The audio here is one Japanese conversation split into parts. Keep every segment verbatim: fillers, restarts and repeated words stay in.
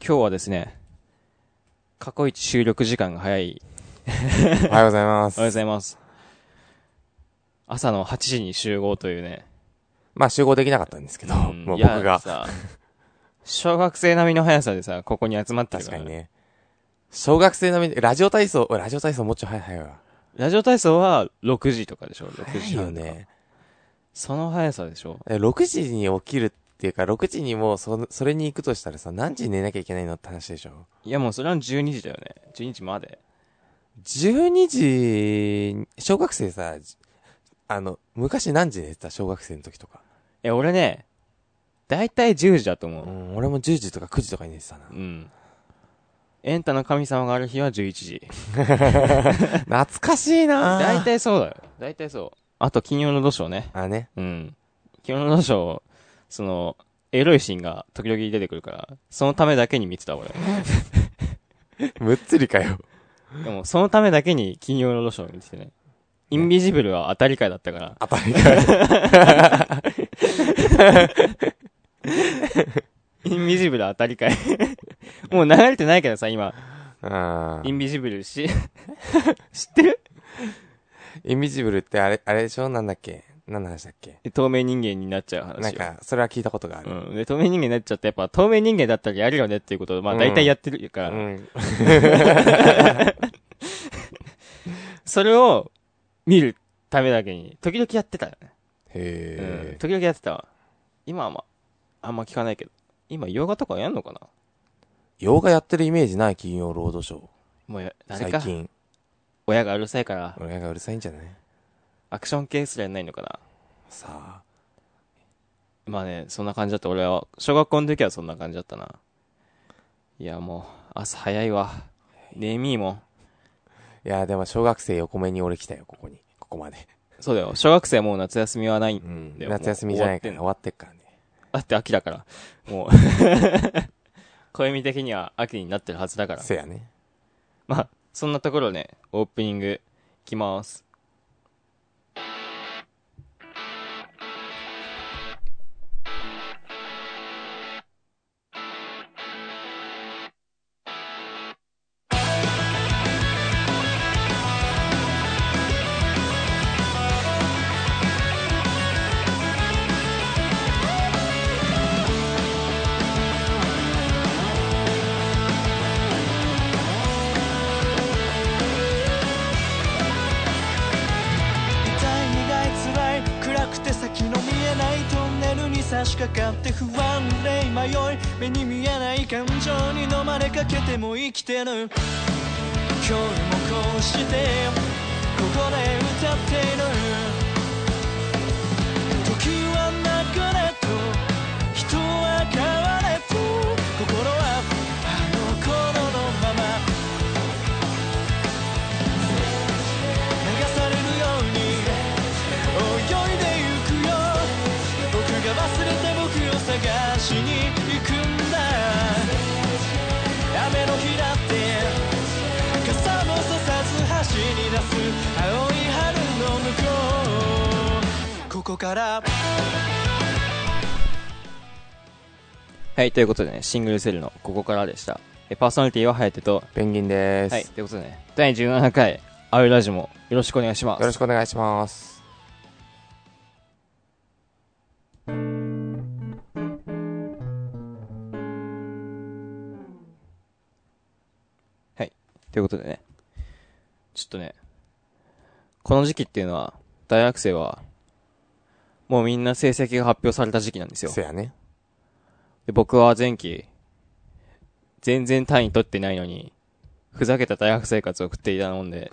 今日はですね、過去一収録時間が早い。 おはようございます。 おはようございます。朝のはちじに集合というね。 まあ集合できなかったんですけど、 うん、 もう僕が。 さ、小学生並みの速さでさ、ここに集まってるから。 確かにね。小学生並みで、ラジオ体操、ラジオ体操もうちょい早いわ。 ラジオ体操はろくじとかでしょ ?ろく 時よ半とか。 ね。 その速さでしょろくじに起きるっていうか、ろくじにもうそ、それに行くとしたらさ、何時に寝なきゃいけないのって話でしょ。 いやもうそれはじゅうにじだよね。じゅうにじまで。 じゅうにじ、小学生さ、あの、昔何時寝てた小学生の時とか。 え、俺ね、だいたいじゅうじだと思う。 うん、俺もじゅうじとかくじとかに寝てたな。 うん。エンタの神様がある日はじゅういちじ。 懐かしいなぁ。 だいたいそうだよ。だいたいそう。あと、金曜の土章ね。 あね。 うん。金曜の土章、その、エロいシーンが時々出てくるから、そのためだけに見てた俺。 むっつりかよ。 でも、そのためだけに金曜の土章を見ててね。インビジブルは当たり会だったから。 当たりかよ。 インビジブル当たり会。もう流れてないけどさ、今。 あインビジブルし、知ってる？ インビジブルってあれ、あれでしょ？なんだっけ？何の話だっけ？ 透明人間になっちゃう話。 なんか、それは聞いたことがある。 うん。で、透明人間になっちゃって、やっぱ透明人間だったらやるよねっていうことを、まあ大体やってるから。 うん。 それを見るためだけに、時々やってたよね。 へー。 うん。時々やってたわ。今はまあ、あんま聞かないけど。今、洋画とかやんのかな？ 洋画やってるイメージない？金曜ロードショー。 もうや、誰か。 最近。 親がうるさいから。 親がうるさいんじゃない？ アクション系すらやんないのかな？ さあ。 まあね、そんな感じだった。俺は、小学校の時はそんな感じだったな。いや、もう、朝早いわ。眠いもん。 いや、でも小学生横目に俺来たよ、ここに。ここまで。 そうだよ。小学生はもう夏休みはないうんん。 だよ。 夏休みじゃないから、終わってっからね。 だって秋だから。もう、暦的には秋になってるはずだから。 せやね。 まあ、そんなところね、オープニング、いきます。 差し掛かって不安で迷い目に見えない感情に飲まれかけても生きてる今日もこうしてここで歌っている時は流れと人は変われと心はあの頃のまま流されるように泳いでゆくよ僕が忘れて僕を探しに行くんだ雨の日だって傘もささず走り出す青い春の向こうここからはい、ということでね、シングルセルのここからでした。えパーソナリティはハヤテと、 ペンギンでーす。 はい、ということでね、だいじゅうななかい、あるラジオもよろしくお願いします。 よろしくお願いします。 はい、ということでね、ちょっとね、この時期っていうのは、大学生は、もうみんな成績が発表された時期なんですよ。 せやね。 で僕は前期、全然単位取ってないのに、ふざけた大学生活を送っていたもんで。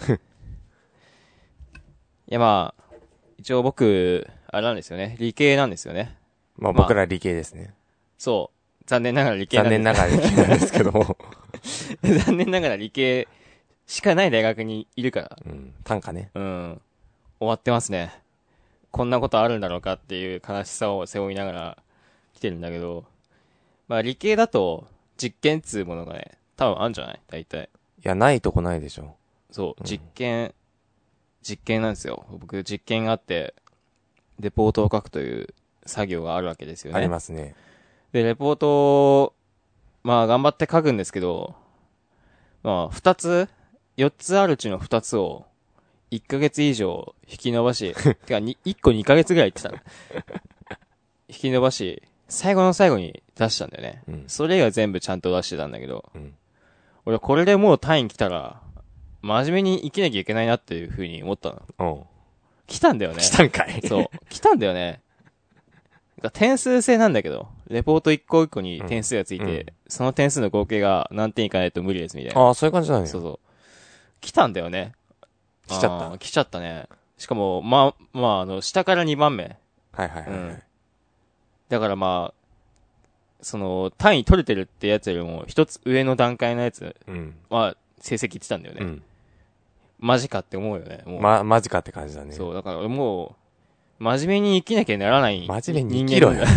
いやまあ、一応僕、あれなんですよね。理系なんですよね。 まあ僕ら理系ですね。 そう。残念ながら理系なんです。 残念ながら理系なんですけども。 残念ながら理系しかない大学にいるから。 うん。単価ね。 うん。終わってますね。こんなことあるんだろうかっていう悲しさを背負いながら来てるんだけど、まあ理系だと実験っつうものがね、多分あるんじゃない？大体。 いや、ないとこないでしょ。 そう、 うん実験、実験なんですよ。僕実験があって、レポートを書くという作業があるわけですよね。 ありますね。 で、レポートまあ頑張って書くんですけど、まあ二つ、四つあるうちの二つを、一ヶ月以上引き伸ばし、てかに、一個二ヶ月ぐらい言ってた。引き伸ばし、最後の最後に出したんだよね。 うん、 それ以外全部ちゃんと出してたんだけど、 うん、 俺これでもう単位来たら、真面目に生きなきゃいけないなっていう風に思ったの。 おう来たんだよね。 来たんかい。 そう。来たんだよね。点数制なんだけど、レポート一個一個に点数がついて、うんうん、その点数の合計が何点いかないと無理ですみたいな。 ああ、そういう感じなんや。 そうそう。来たんだよね。 来ちゃった。 来ちゃったね。しかも、まあ、まあ、あの、下からにばんめ。 はいはいはい、はい、うん。 だからまあ、その、単位取れてるってやつよりも、一つ上の段階のやつは、成績言ってたんだよね。うん。マジかって思うよね。もうま、マジかって感じだね。 そう、だからもう、真面目に生きなきゃならない。 真面目に生きろよ。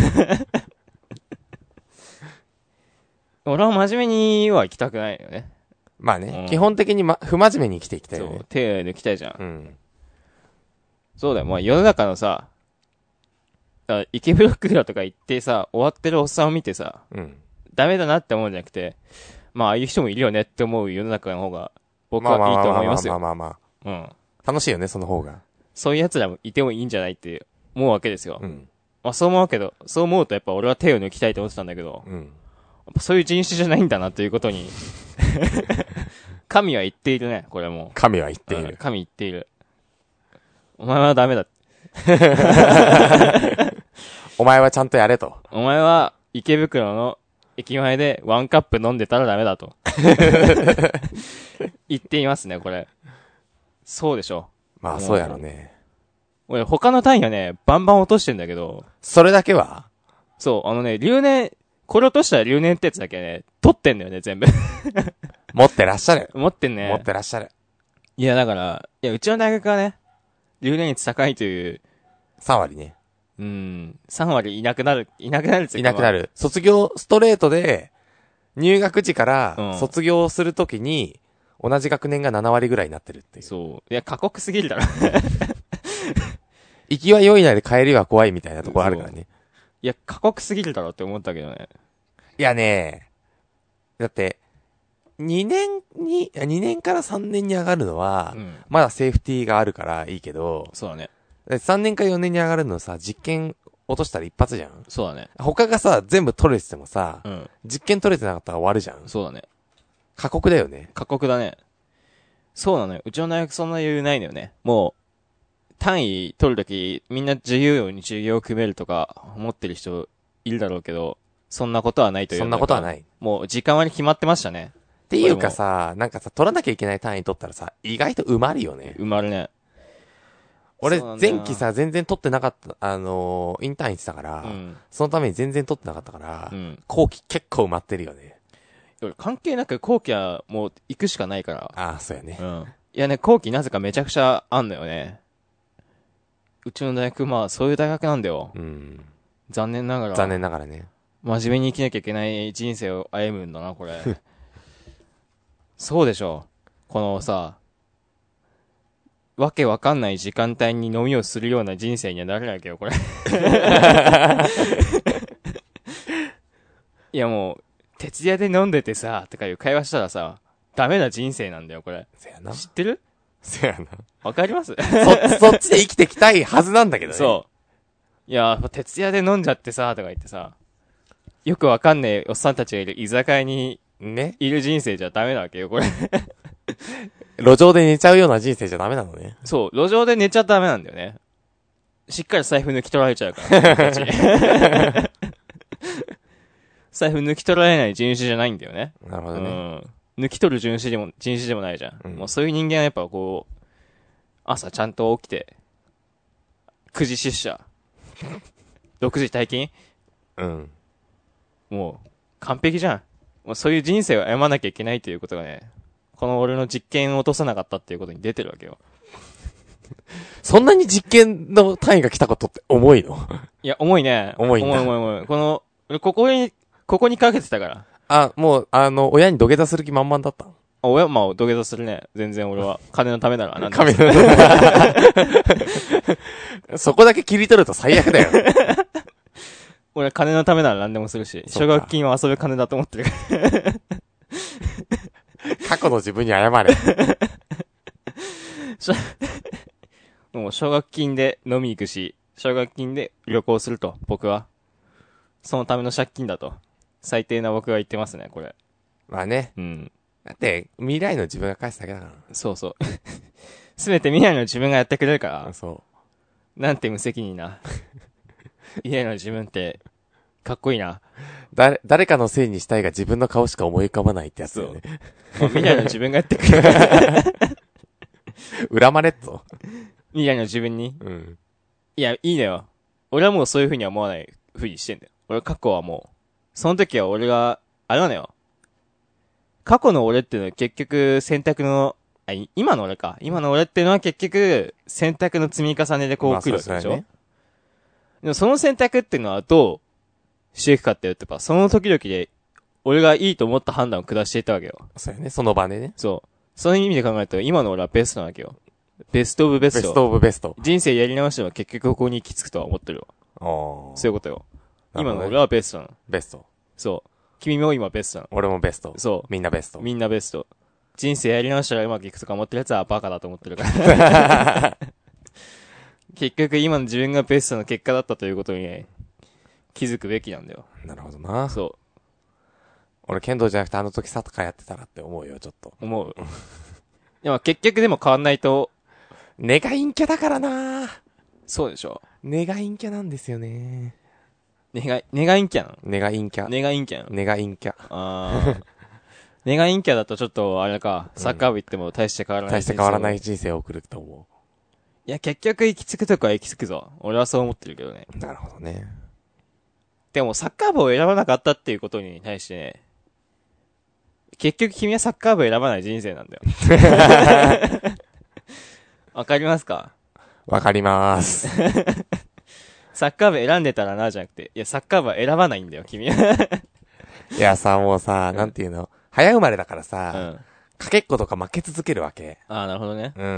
俺は真面目には生きたくないよね。 まあね、うん、基本的に、ま、不真面目に生きていきたいよね。 そう、手抜きたいじゃん。 うん。 そうだよ、まあ世の中のさ、池袋とか行ってさ、終わってるおっさんを見てさ、うん、ダメだなって思うんじゃなくて、まあああいう人もいるよねって思う世の中の方が、僕はいいと思いますよ。 まあまあまあまあまあ、まあ。 うん。 楽しいよね、その方が。 そういう奴らもいてもいいんじゃないって思うわけですよ。うん。まあそう思うけど、そう思うとやっぱ俺は手を抜きたいと思ってたんだけど、うん。やっぱそういう人種じゃないんだなということに、神は言っているね、これも。 神は言っている。 うん、神言っている。お前はダメだ。 お前はちゃんとやれと。 お前は池袋の駅前でワンカップ飲んでたらダメだと。言っていますね、これ。そうでしょ。 まあそうやろね。 俺他の単位はね、バンバン落としてんだけど。 それだけはそう、あのね、留年、これ落としたら留年ってやつだけね、取ってんだよね、全部。 持ってらっしゃる。 持ってんね。 持ってらっしゃる。 いや、だから、いや、うちの大学はね、留年率高いという。 さん割ね。 うん。さん割いなくなる、いなくなるっていなくなる。卒業ストレートで、入学時から卒業するときに、同じ学年がなな割ぐらいになってるっていう。 そう。いや、過酷すぎるだろ。 行きは良いなで帰りは怖いみたいなところあるからね。 いや、過酷すぎるだろって思ったけどね。 いやね、だって、にねんに、にねんからさんねんに上がるのは、うん、まだセーフティーがあるからいいけど、 そうだね。 さんねんかよねんに上がるのさ、実験落としたら一発じゃん。 そうだね。 他がさ、全部取れててもさ、 うん、 実験取れてなかったら終わるじゃん。 そうだね。 過酷だよね。 過酷だね。そうなのよ。うちの大学そんな余裕ないのよね。もう、単位取るとき、みんな自由に授業を組めるとか思ってる人いるだろうけど、そんなことはないという。 そんなことはない。 もう時間割決まってましたね。 っていうかさ、なんかさ、取らなきゃいけない単位取ったらさ、意外と埋まるよね。 埋まるね。 俺、前期さ、全然取ってなかった、あのー、インターン行ってたから、うん、そのために全然取ってなかったから、うん、後期結構埋まってるよね。 関係なく後期はもう行くしかないから。 ああ、そうやね。 うん。いやね、後期なぜかめちゃくちゃあんのよね。うちの大学、まあそういう大学なんだよ。うん。残念ながら。 残念ながらね。 真面目に生きなきゃいけない人生を歩むんだな、これ。そうでしょ。このさ、わけわかんない時間帯に飲みをするような人生にはなれないわけよ、これ。いやもう、徹夜で飲んでてさ、とかいう会話したらさ、ダメな人生なんだよ、これ。 せやな。 知ってる？ せやな。 わかります？ そ、そっちで生きてきたいはずなんだけどね。 そう。いや、徹夜で飲んじゃってさ、とか言ってさ、よくわかんねえおっさんたちがいる居酒屋に、ね。いる人生じゃダメなわけよ、これ。 路上で寝ちゃうような人生じゃダメなのね。 そう、路上で寝ちゃダメなんだよね。しっかり財布抜き取られちゃうから、たち。財布抜き取られない人種じゃないんだよね。 なるほどね。うん。 抜き取る人種でも、人種でもないじゃん。うん、もうそういう人間はやっぱこう、朝ちゃんと起きて、くじ出社。ろくじ退勤？うん。もう、完璧じゃん。もうそういう人生を歩まなきゃいけないということがね、この俺の実験を落とさなかったっていうことに出てるわけよ。 そんなに実験の単位が来たことって重いの？ いや、重いね。 重いんだ。 重い重い重い。この、ここに、ここにかけてたから。 あ、もう、あの、親に土下座する気満々だった？ 親、まあ、土下座するね。全然俺は。金のためなら。 金のため。そこだけ切り取ると最悪だよ。 俺金のためなら何でもするし、奨学金は遊ぶ金だと思ってるから。 過去の自分に謝れ。 もう奨学金で飲み行くし、奨学金で旅行すると、僕は。そのための借金だと。最低な僕が言ってますね、これ。 まあね。 うん。 だって、未来の自分が返すだけだから。 そうそう。すべて未来の自分がやってくれるから。 そう。 なんて無責任な。未来の自分って、かっこいいな。 誰、誰かのせいにしたいが自分の顔しか思い浮かばないってやつだよね。 もう未来の自分がやってくれるから。 恨まれっぞ。 未来の自分に。 うん。 いや、いいのよ。俺はもうそういう風には思わない風にしてんだよ。俺過去はもう、その時は俺が、あれなのよ。過去の俺っていうのは結局選択の、あ、今の俺か。今の俺っていうのは結局選択の積み重ねでこう来るわけでしょ、まあね、でもその選択っていうのはどうしていくかって言うとやっぱその時々で俺がいいと思った判断を下していったわけよ。 そうやね。その場でね。 そう。そういう意味で考えると今の俺はベストなわけよ。ベストオブベスト。 ベストオブベスト。 人生やり直しては結局ここに行き着くとは思ってるわ。そういうことよ。今の俺はベストなの。 ベスト。 そう。君も今ベストなの。 俺もベスト。 そう。 みんなベスト。 みんなベスト。人生やり直したらうまくいくとか思ってるやつはバカだと思ってるから。結局今の自分がベストの結果だったということにね、気づくべきなんだよ。 なるほどな。 そう。 俺剣道じゃなくてあの時サッカーやってたらって思うよ、ちょっと。 思う。でも結局でも変わんないと。 根が陰キャだからな。 そうでしょ。 根が陰キャなんですよね。 根が、根が陰キャなの？ 根が陰キャ。 根が陰キャなの？ 根が陰キャ。 あー。根が陰キャだとちょっと、あれか、サッカー部行っても大して変わらない。 大して変わらない人生を送ると思う。 いや、結局行き着くとこは行き着くぞ。俺はそう思ってるけどね。 なるほどね。 でもサッカー部を選ばなかったっていうことに対してね、結局君はサッカー部を選ばない人生なんだよ。わかりますか？ わかりまーす。 サッカー部選んでたらな、じゃなくて、いや、サッカー部は選ばないんだよ、君は。 いやさ、もうさ、なんていうの、早生まれだからさ、 うん、 かけっことか負け続けるわけ。 ああ、なるほどね。 うん。うん。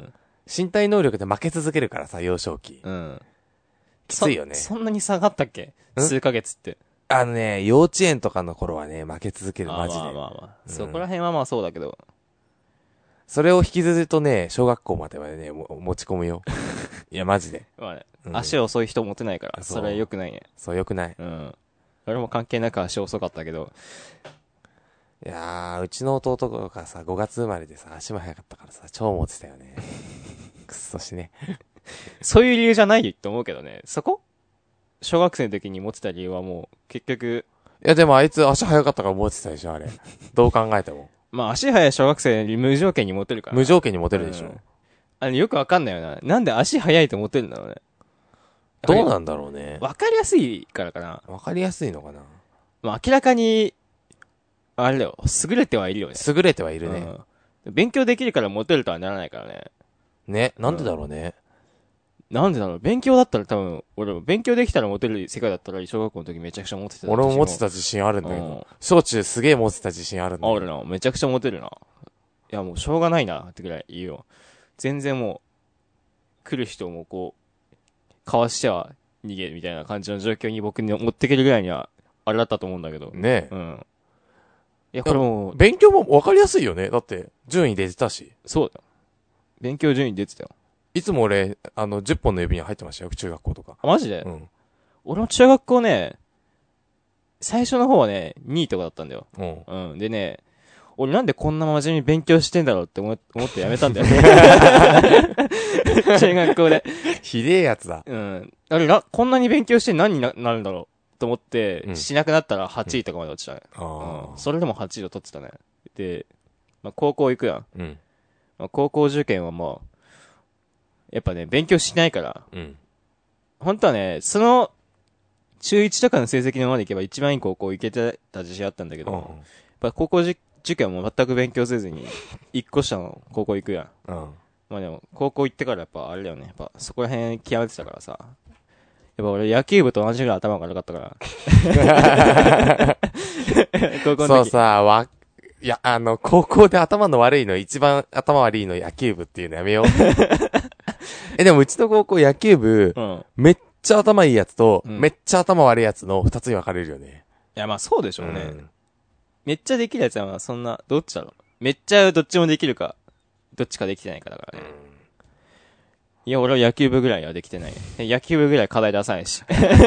身体能力で負け続けるからさ、幼少期。 うん。 きついよね。 そ、そんなに下がったっけ？数ヶ月って。 あのね、幼稚園とかの頃はね、負け続ける、マジで。 まあまあまあ、うん、そこら辺はまあそうだけど。 それを引きずるとね、小学校まではね、も持ち込むよ。いや、マジで。 まあね、うん、足遅い人持てないから、それは良くないね。 そう、良くない。 うん。俺も関係なく足遅かったけど。 いやー、うちの弟がさ、ごがつ生まれでさ、足も速かったからさ、超持ってたよね。くっそしね。 そういう理由じゃないと思うけどね。そこ小学生の時に持ってた理由はもう、結局。 いや、でもあいつ足速かったから持ってたでしょ、あれ。どう考えても。 まあ、足速い小学生に無条件に持てるから。 無条件に持てるでしょ。うん、 あの、よくわかんないよな。なんで足速いと持てるんだろうね。 どうなんだろうね。 わかりやすいからかな。 わかりやすいのかな。 まあ、明らかに、あれだよ、優れてはいるよね。 優れてはいるね。 うん、勉強できるからモテるとはならないからね。 ね、なんでだろうね。 うん、なんでだろう。勉強だったら多分、俺も勉強できたらモテる世界だったら小学校の時めちゃくちゃモテてた。 俺も持ってた自信あるんだけど。うん、小中すげえ持ってた自信あるんだけど。 あるな、めちゃくちゃモテるな。いやもうしょうがないなってくらいいいよ。全然もう、来る人もこう、かわしては逃げるみたいな感じの状況に僕に持ってけるぐらいには、あれだったと思うんだけど。 ねえ。うん。いや、これもう。 勉強も分かりやすいよね。だって、順位出てたし。 そうだ。勉強順位出てたよ。 いつも俺、あの、じゅっぽんの指に入ってましたよ、中学校とか。 あ、マジで？ うん。 俺も中学校ね、最初の方はね、にいとかだったんだよ。 うん。 うん。でね、俺なんでこんな真面目に勉強してんだろうって思ってやめたんだよ。中学校で。 ひでえやつだ。 うん。あれな、こんなに勉強して何になるんだろうと思って、うん、しなくなったらはちいとかまで落ちたね。うん。うん、それでもはちいを取ってたね。で、まあ、高校行くやん。 うん。 まあ、高校受験はまあ、やっぱね、勉強しないから。 うん。 本当はね、その、中いちとかの成績のままでいけば一番いい高校行けてた自信あったんだけど、うん、やっぱ高校受験はもう全く勉強せずに、一個下の高校行くやん。 うん。 まあでも、高校行ってからやっぱあれだよね。やっぱそこら辺極めてたからさ。やっぱ俺野球部と同じぐらい頭が悪かったから。 高校の時そうさ、わ、いや、あの、高校で頭の悪いの、一番頭悪いの野球部っていうのやめよう。え、でもうちの高校野球部、うん、めっちゃ頭いいやつと、 うん、 めっちゃ頭悪いやつの二つに分かれるよね。 いや、まあそうでしょうね。うん、めっちゃできるやつはまあそんな、どっちだろう。めっちゃどっちもできるか、どっちかできてないかだからね。うん、いや、俺は野球部ぐらいはできてない。野球部ぐらい課題出さないし。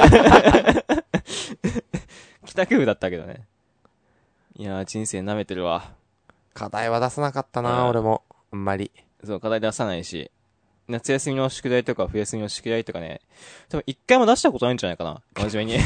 帰宅部だったけどね。いやー、人生舐めてるわ。 課題は出さなかったな、うん、俺も。あんまり。 そう、課題出さないし。夏休みの宿題とか冬休みの宿題とかね、多分一回も出したことないんじゃないかな。真面目に。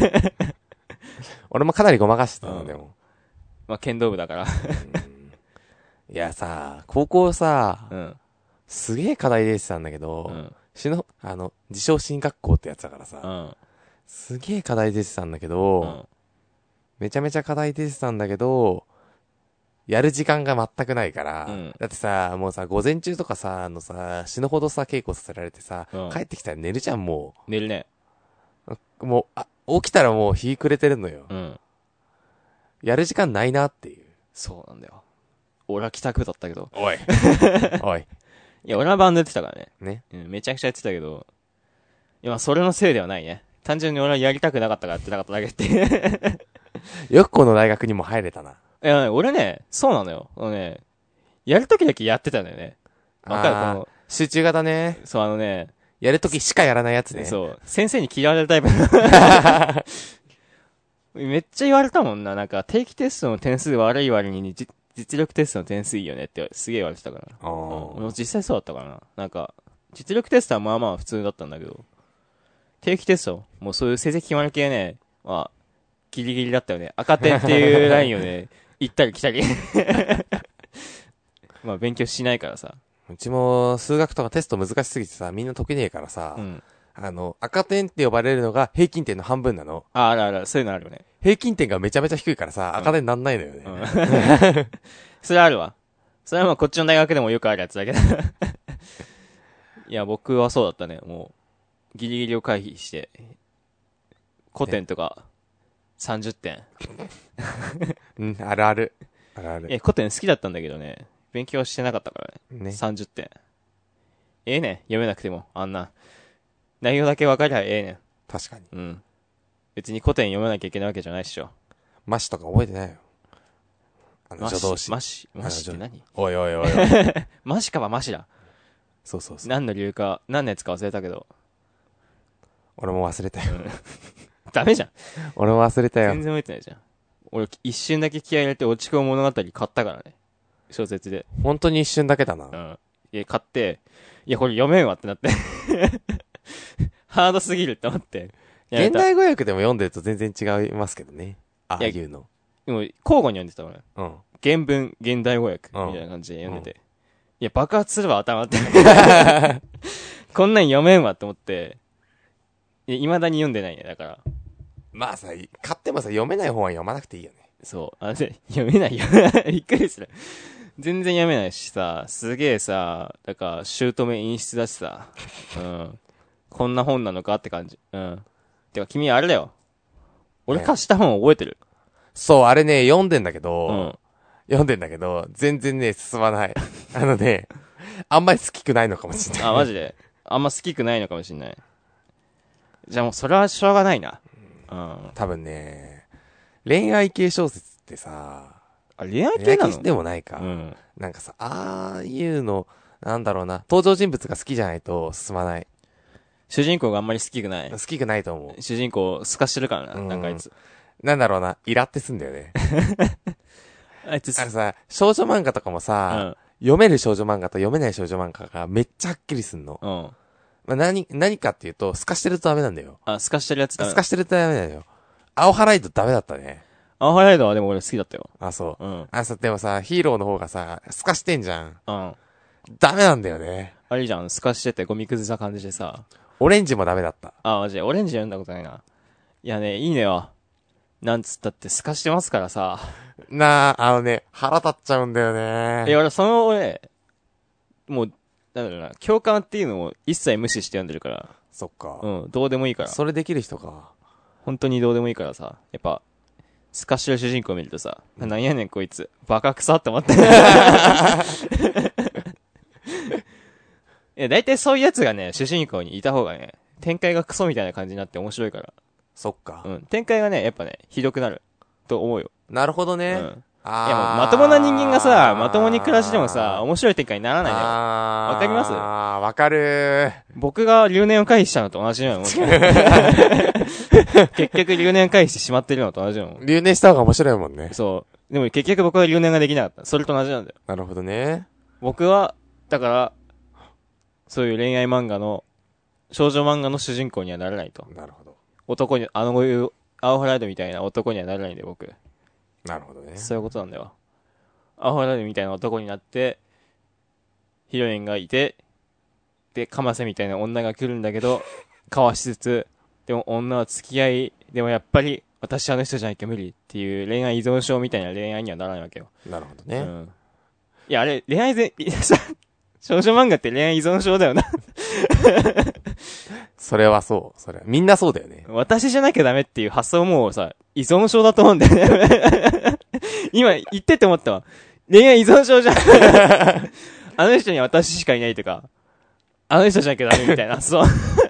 俺もかなりごまかしてたの、うん、でも。 まあ、剣道部だから。 いやさ、高校さ、 うん、 すげえ課題出てたんだけど、うん、しの、あの、自称進学校ってやつだからさ、うん、すげえ課題出てたんだけど、うん、めちゃめちゃ課題出てたんだけど、やる時間が全くないから、うん、だってさ、もうさ、午前中とかさ、あのさ、死ぬほどさ、稽古させられてさ、うん、帰ってきたら寝るじゃん、もう。寝るね。 もう、あ、起きたらもう日暮れてるのよ。 うん。 やる時間ないなっていう。 そうなんだよ。俺は帰宅だったけど。 おい。おい。 いや、俺はバンドやってたからね。 ね。 うん、めちゃくちゃやってたけど、いや、それのせいではないね。単純に俺はやりたくなかったからやってなかっただけって。 よくこの大学にも入れたな。 いや、俺ね、そうなのよ。あのね、やるときだけやってたんだよね。 わかる、この、集中型ね。 そう、あのね、 やるときしかやらないやつね。 そう、先生に嫌われるタイプ。めっちゃ言われたもんな。なんか、定期テストの点数悪い割に、実力テストの点数いいよねってすげえ言われてたから。 ああ。 俺実際そうだったからな。なんか、実力テストはまあまあ普通だったんだけど、定期テスト、もうそういう成績決まる系ね、まあ、ギリギリだったよね。赤点っていうラインをね、行ったり来たり。まあ勉強しないからさ。 うちも数学とかテスト難しすぎてさ、みんな解けねえからさ、うん、あの、赤点って呼ばれるのが平均点の半分なの。 あ、あるある、そういうのあるよね。 平均点がめちゃめちゃ低いからさ、赤点なんないのよね。うんうん、 それあるわ。それはまあこっちの大学でもよくあるやつだけど。いや、僕はそうだったね。もう、ギリギリを回避して、古典とか、さんじゅってん。 うん、あるある。あるある。 え、古典好きだったんだけどね、勉強してなかったからね。ね。さんじゅってん。ええね、読めなくても、あんな。内容だけ分かりゃええねん。 確かに。 うん。別に古典読めなきゃいけないわけじゃないっしょ。 マシとか覚えてないよ。あの、助動詞。 マシマシって何？ おいおいおいおい。 マシかはマシだ。 そうそうそう。 何の理由か、何のやつか忘れたけど。 俺も忘れたよ。うん、 ダメじゃん。 俺も忘れたよ。 全然覚えてないじゃん。俺、一瞬だけ気合い入れて落ち込む物語買ったからね。小説で。 本当に一瞬だけだな。 うん。い買って、いや、これ読めんわってなって。ハードすぎるって思って。 現代語訳でも読んでると全然違いますけどね。ああいうの。 でも、交互に読んでた俺。 うん。 原文、現代語訳、みたいな感じで読んでて。うん、いや、爆発するわ、頭って。こんなん読めんわって思って。いや、未だに読んでないね、だから。 まあさ、買ってもさ、読めない本は読まなくていいよね。 そう。あ、で、読めないよ。びっくりする。全然読めないしさ、すげえさ、だから、姑陰湿だしさ、うん。こんな本なのかって感じ。うん。てか、君あれだよ。俺貸した本覚えてる？ そう、あれね、読んでんだけど、 うん、 読んでんだけど、全然ね、進まない。あのね、あんまり好きくないのかもしんない。 あ、マジで？あんま好きくないのかもしんない。じゃあもうそれはしょうがないな。うん。 多分ね、恋愛系小説ってさ、 あ、恋愛系なの？ 恋愛系でもないか。 うん。 なんかさ、ああいうの、なんだろうな、登場人物が好きじゃないと進まない。 主人公があんまり好きくない。 好きくないと思う。 主人公、透かしてるからな、うん、なんかあいつ。 なんだろうな、イラってすんだよね。 あいつあのさ、少女漫画とかもさ、うん、読める少女漫画と読めない少女漫画がめっちゃはっきりすんの。 うん。 まあ、何、何かっていうと、透かしてるとダメなんだよ。 あ、透かしてるやつだ。 透かしてるとダメなんだよ。青ハライドダメだったね。 青ハライドはでも俺好きだったよ。 あ、そう。 うん。 あ、さ、でもさ、ヒーローの方がさ、透かしてんじゃん。 うん。 ダメなんだよね。 あれじゃん、透かしててゴミくずな感じでさ。 オレンジもダメだった。 あ、マジで。オレンジ読んだことないな。いやね、いいのよ。なんつったって透かしてますからさ。 なあ、あのね、腹立っちゃうんだよね。 いや、俺、その俺、もう、なんだろうな、共感っていうのを一切無視して読んでるから。 そっか。 うん、どうでもいいから。 それできる人か。 本当にどうでもいいからさ、やっぱ、透かしてる主人公見るとさ、うん、なんやねんこいつ、バカ臭って思って。いや、大体そういうやつがね、主人公にいた方がね、 展開がクソみたいな感じになって面白いから。 そっか。 うん。展開がね、やっぱね、ひどくなる。と思うよ。 なるほどね。 うん。あいやもうまともな人間がさ、まともに暮らしてもさ、面白い展開にならないんだよ。わかります？ あー、わかるー。 僕が留年を回避したのと同じようなもん。結局留年回避してしまってるのと同じようなもん。 留年した方が面白いもんね。 そう。でも結局僕は留年ができなかった。それと同じなんだよ。 なるほどね。 僕は、だから、そういう恋愛漫画の、少女漫画の主人公にはならないと。 なるほど。 男に、あのいう、アオハライドみたいな男にはならないんで僕。 なるほどね。 そういうことなんだよ。アオハライドみたいな男になって、ヒロインがいて、で、カマセみたいな女が来るんだけど、かわしつつ、でも女は付き合い、でもやっぱり、私あの人じゃなきゃ無理っていう恋愛依存症みたいな恋愛にはならないわけよ。 なるほどね。うん。 いや、あれ、恋愛ぜ、少女漫画って恋愛依存症だよな。 それはそう。それは。みんなそうだよね。 私じゃなきゃダメっていう発想もさ、依存症だと思うんだよね。今言ってて思ったわ。恋愛依存症じゃん。あの人には私しかいないとか、あの人じゃなきゃダメみたいな。そう。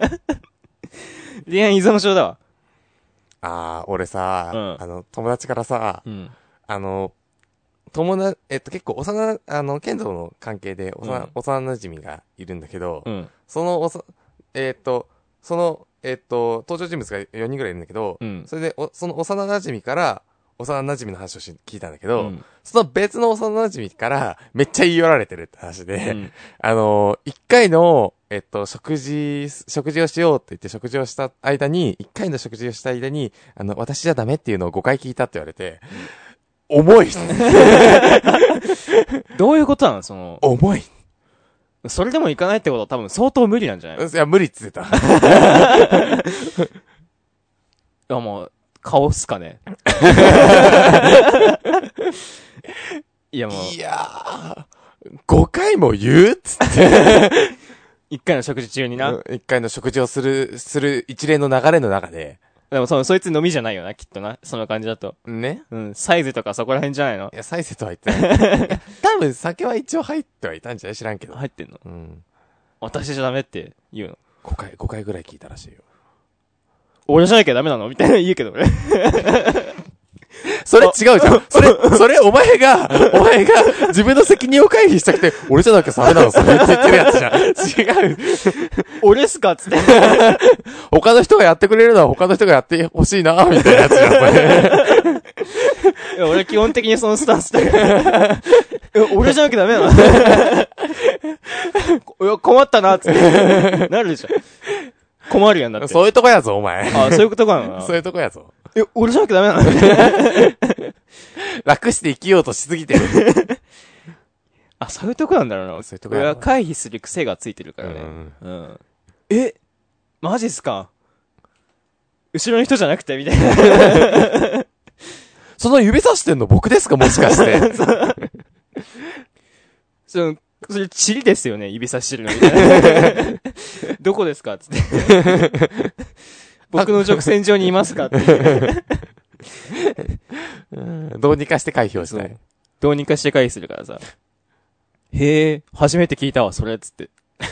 恋愛依存症だわ。 あー、俺さ、うん、あの、友達からさ、うん、あの、友達、えっと結構幼、あの、剣道の関係で幼、うん、幼馴染がいるんだけど、うん、そのおさ、えっと、その、えっと、登場人物がよにんぐらいいるんだけど、うん、それでお、その幼馴染から、幼馴染の話をし聞いたんだけど、うん、その別の幼馴染からめっちゃ言い寄られてるって話で、うん、あの、一回の、えっと、食事、食事をしようって言って食事をした間に、一回の食事をした間に、あの、私じゃダメっていうのをごかい聞いたって言われて、うん、重いどういうことなのその。 重い。 それでもいかないってことは多分相当無理なんじゃない？ いや、無理って言ってた。 いや、もう、顔っすかね。いやもう。 いやー、ごかいも言うっつって。 一回の食事中にな。 一回の食事をする、する一連の流れの中で。 でもそ、そいつ飲みじゃないよな、きっとな。その感じだと。 ね。 うん。サイズとかそこら辺じゃないの？ いや、サイズとは言ってない。多分酒は一応入ってはいたんじゃない知らんけど。 入ってんの？うん。私じゃダメって言うの？ ごかい、ごかいぐらい聞いたらしいよ。 俺じゃなきゃダメなのみたいな言うけど俺。 それ違うじゃん。それ、それお前が、お前が自分の責任を回避したくて、俺じゃなきゃダメなのそれって言ってるやつじゃん。違う。 俺っすかつって。 他の人がやってくれるのは他の人がやってほしいな、みたいなやつじゃん、これ。 いや俺基本的にそのスタンスで。俺じゃなきゃダメなのいや困ったな、つって。なるでしょ。困るやんだって。 そういうとこやぞ、お前。 あ、そういうとこなのな。 そういうとこやぞ。 え、俺じゃなきゃダメなの楽して生きようとしすぎてる。 あ、そういうとこなんだろうな。そういうとこや。俺は回避する癖がついてるからね。うん。うん、え、マジっすか？後ろの人じゃなくてみたいな。 その指さしてんの僕ですかもしかして。 そのそれ、チリですよね、指さしてるのみたいな。どこですかつって。僕の直線上にいますかって。 どうにかして回避をしたい。 どうにかして回避するからさ。へえ、初めて聞いたわ、それ、つって。 ク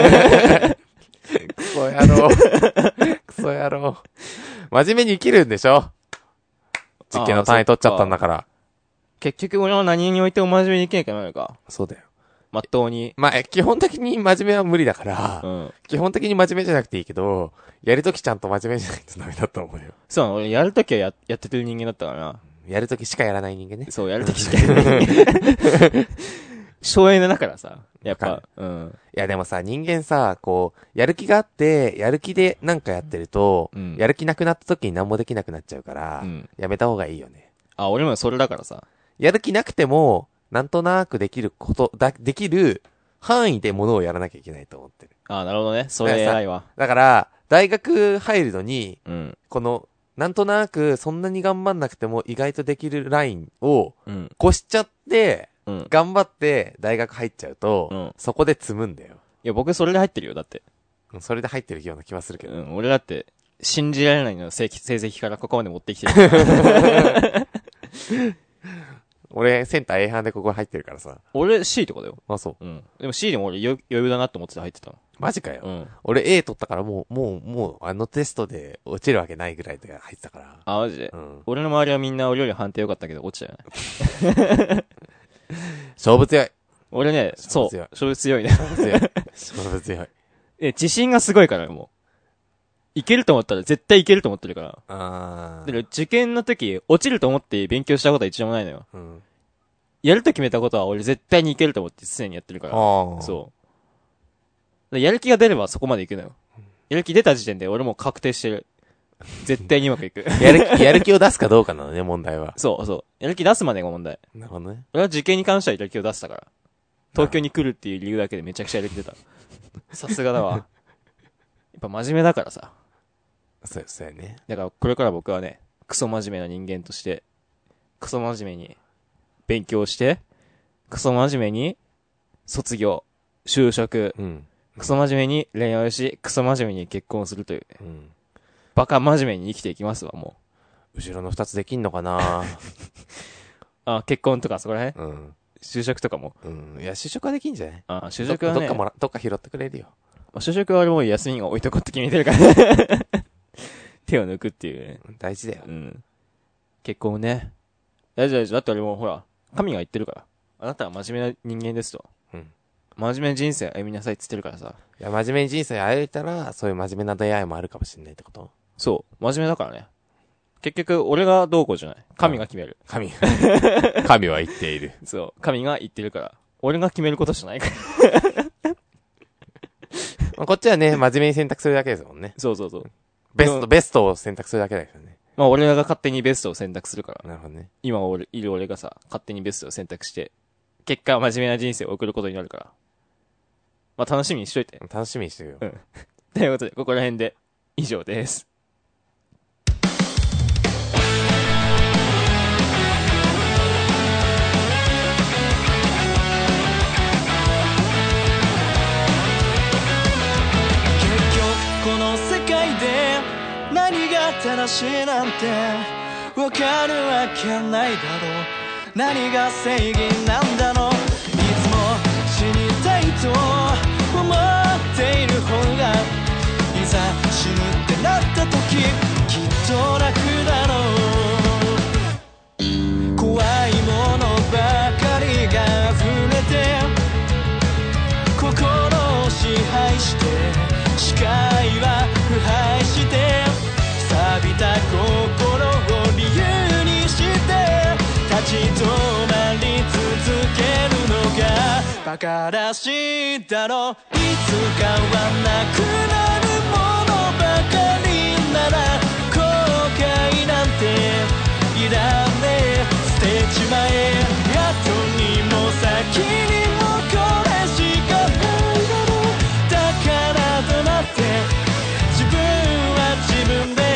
ソ野郎。クソ野郎。真面目に生きるんでしょ？実験の単位取っちゃったんだから。 結局俺は何においても真面目に生きなきゃならないか。 そうだよ。 まっとうに。 まあ、基本的に真面目は無理だから、うん、基本的に真面目じゃなくていいけど、やるときちゃんと真面目じゃないとダメだと思うよ。 そう、俺やるときはや、やっててる人間だったからな。 やるときしかやらない人間ね。 そう、やるときしかやらない人間。省エネだからさ、やっぱ。うん。 いやでもさ、人間さ、こう、やる気があって、やる気でなんかやってると、うん、やる気なくなったときに何もできなくなっちゃうから、うん、やめた方がいいよね。 あ、俺もそれだからさ。 やる気なくても、なんとなくできること、だ、できる、範囲で物をやらなきゃいけないと思ってる。 ああ、なるほどね。それ偉いわ。 だから、大学入るのに、うん、この、なんとなく、そんなに頑張んなくても意外とできるラインを、越しちゃって、うん、頑張って大学入っちゃうと、うん、そこで積むんだよ。 いや、僕それで入ってるよ、だって。 それで入ってるような気はするけど。 うん、俺だって、信じられないの成績からここまで持ってきてる。 俺、センター A 班でここ入ってるからさ。 俺 C とかだよ。 あ、そう。 うん。でも C でも俺余裕だなって思ってて入ってたの。 マジかよ。 うん。 俺 A 取ったからもう、もう、もう、あのテストで落ちるわけないぐらいで入ってたから。 あ、マジで、 うん、 俺の周りはみんな俺より判定良かったけど落ちたよね。 勝負強い。 俺ね、そう。勝負強いね。 勝負強い。勝負強い。 え、自信がすごいからもう。いけると思ったら絶対いけると思ってるから。 あで、受験の時、落ちると思って勉強したことは一度もないのよ。 うん。 やると決めたことは俺絶対にいけると思って常にやってるから。そう。でやる気が出ればそこまでいくのよ。やる気出た時点で俺もう確定してる。絶対にうまくいく。 やる気、やる気を出すかどうかなのね、問題は。 そうそう。やる気出すまでが問題。 なるほどね。 俺は受験に関してはやる気を出したから。東京に来るっていう理由だけでめちゃくちゃやる気出た。さすがだわ。やっぱ真面目だからさ。 そう、そうやね。 だからこれから僕はね、クソ真面目な人間として、クソ真面目に勉強して、クソ真面目に卒業、就職、うん、クソ真面目に恋愛をし、クソ真面目に結婚するという、ね、うん、バカ真面目に生きていきますわ、もう。後ろの二つできんのかなあ、結婚とかそこらへん、うん、就職とかも。 うん。いや、就職はできんじゃない？ あ、就職はね。 どっかもら、どっか拾ってくれるよ。 就職は俺もう休みが置いとこうって決めてるからね。手を抜くっていうね。 大事だよ。 うん。結婚ね。大事大事。だって俺もほら、神が言ってるから。あなたは真面目な人間ですと。うん。真面目な人生歩みなさいって言ってるからさ。 いや、真面目に人生歩いたら、そういう真面目な出会いもあるかもしれないってこと？ そう。真面目だからね。結局、俺がどうこうじゃない。神が決める。 神。神は言っている。 そう。神が言ってるから。俺が決めることじゃないから。 まあこっちはね、真面目に選択するだけですもんね。 そうそうそう。 ベスト、ベストを選択するだけだからね。 まあ俺らが勝手にベストを選択するから。 なるほどね。 今俺、いる俺がさ、勝手にベストを選択して、結果真面目な人生を送ることになるから。まあ楽しみにしといて。 楽しみにしてるよ。うん。 ということで、ここら辺で以上です。 正しいなんてわかるわけないだろう。何が正義なんだろう。いつも死にたいと思っている方が、いざ死ぬってなった時きっと楽だろう。怖いものばかりが溢れて心を支配して、視界は腐敗して錆びた心を理由にして立ち止まり続けるのがバカらしいだろう。いつかはなくなるものばかりなら後悔なんていらねえ。捨てちまえ。後にも先にもこれしかないだろう。だからとなって自分は自分で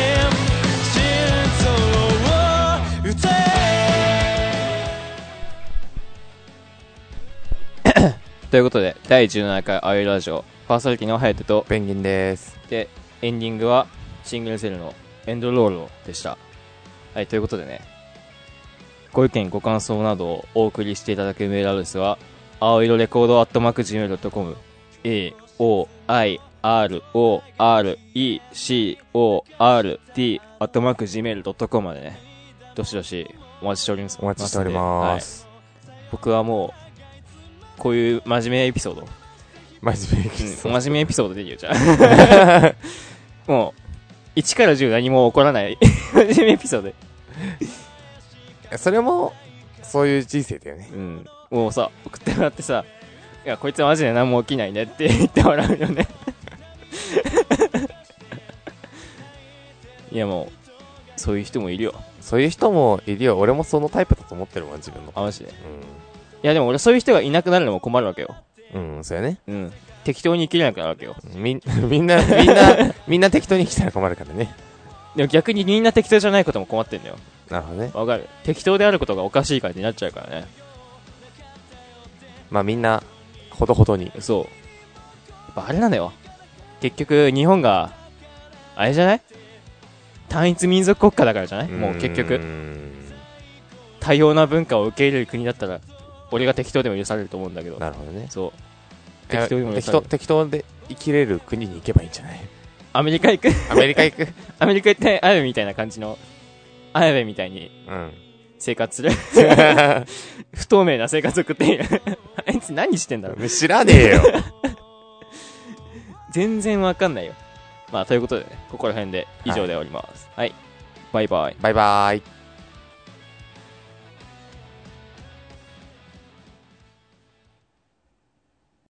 ということで、だいじゅうななかいあゆラジオ、パーソナリティのハヤテとペンギンです。 で、エンディングはシングルセルのエンドロールでした。はい、ということでね、ご意見ご感想などをお送りしていただけるメールアドレスは、青色レコードアットマーク ジーメールドットコム、エー オー アイ アール オー アール イー シー オー アール ティー アットマーク ジーメールドットコム までね、どしどしお待ちしております。 お待ちしております。 はい、僕はもう、こういう真面目エピソード。 真面目エピソード。 うん、真面目エピソードでいいよ、じゃあ。もう、いちからじゅう何も起こらない真面目エピソードで。 それも、そういう人生だよね。 うん。もうさ、送ってもらってさ、いや、こいつマジで何も起きないねって言ってもらうよね。いや、もう、そういう人もいるよ。 そういう人もいるよ。俺もそのタイプだと思ってるもん、自分の。 あ、マジで。うん。いやでも俺そういう人がいなくなるのも困るわけよ。 うん、そうやね。 うん。適当に生きれなくなるわけよ。 みん、みんな、みんな、みんな適当に生きたら困るからね。 でも逆にみんな適当じゃないことも困ってんだよ。 なるほどね。 わかる。適当であることがおかしい感じになっちゃうからね。 まあみんな、ほどほどに。 そう。やっぱあれなんだよ。結局日本が、あれじゃない？単一民族国家だからじゃない？もう結局。 多様な文化を受け入れる国だったら俺が適当でも許されると思うんだけど。 なるほどね。 そう適当でも許される。適当で生きれる国に行けばいいんじゃない？ アメリカ行くアメリカ行くアメリカ行って綾部みたいな感じの綾部みたいに生活する、うん、不透明な生活を送っているあいつ何してんだろう知らねえよ全然わかんないよ。まあということでね、ここら辺で以上でおります、はい、はい、バイバイバイバイ。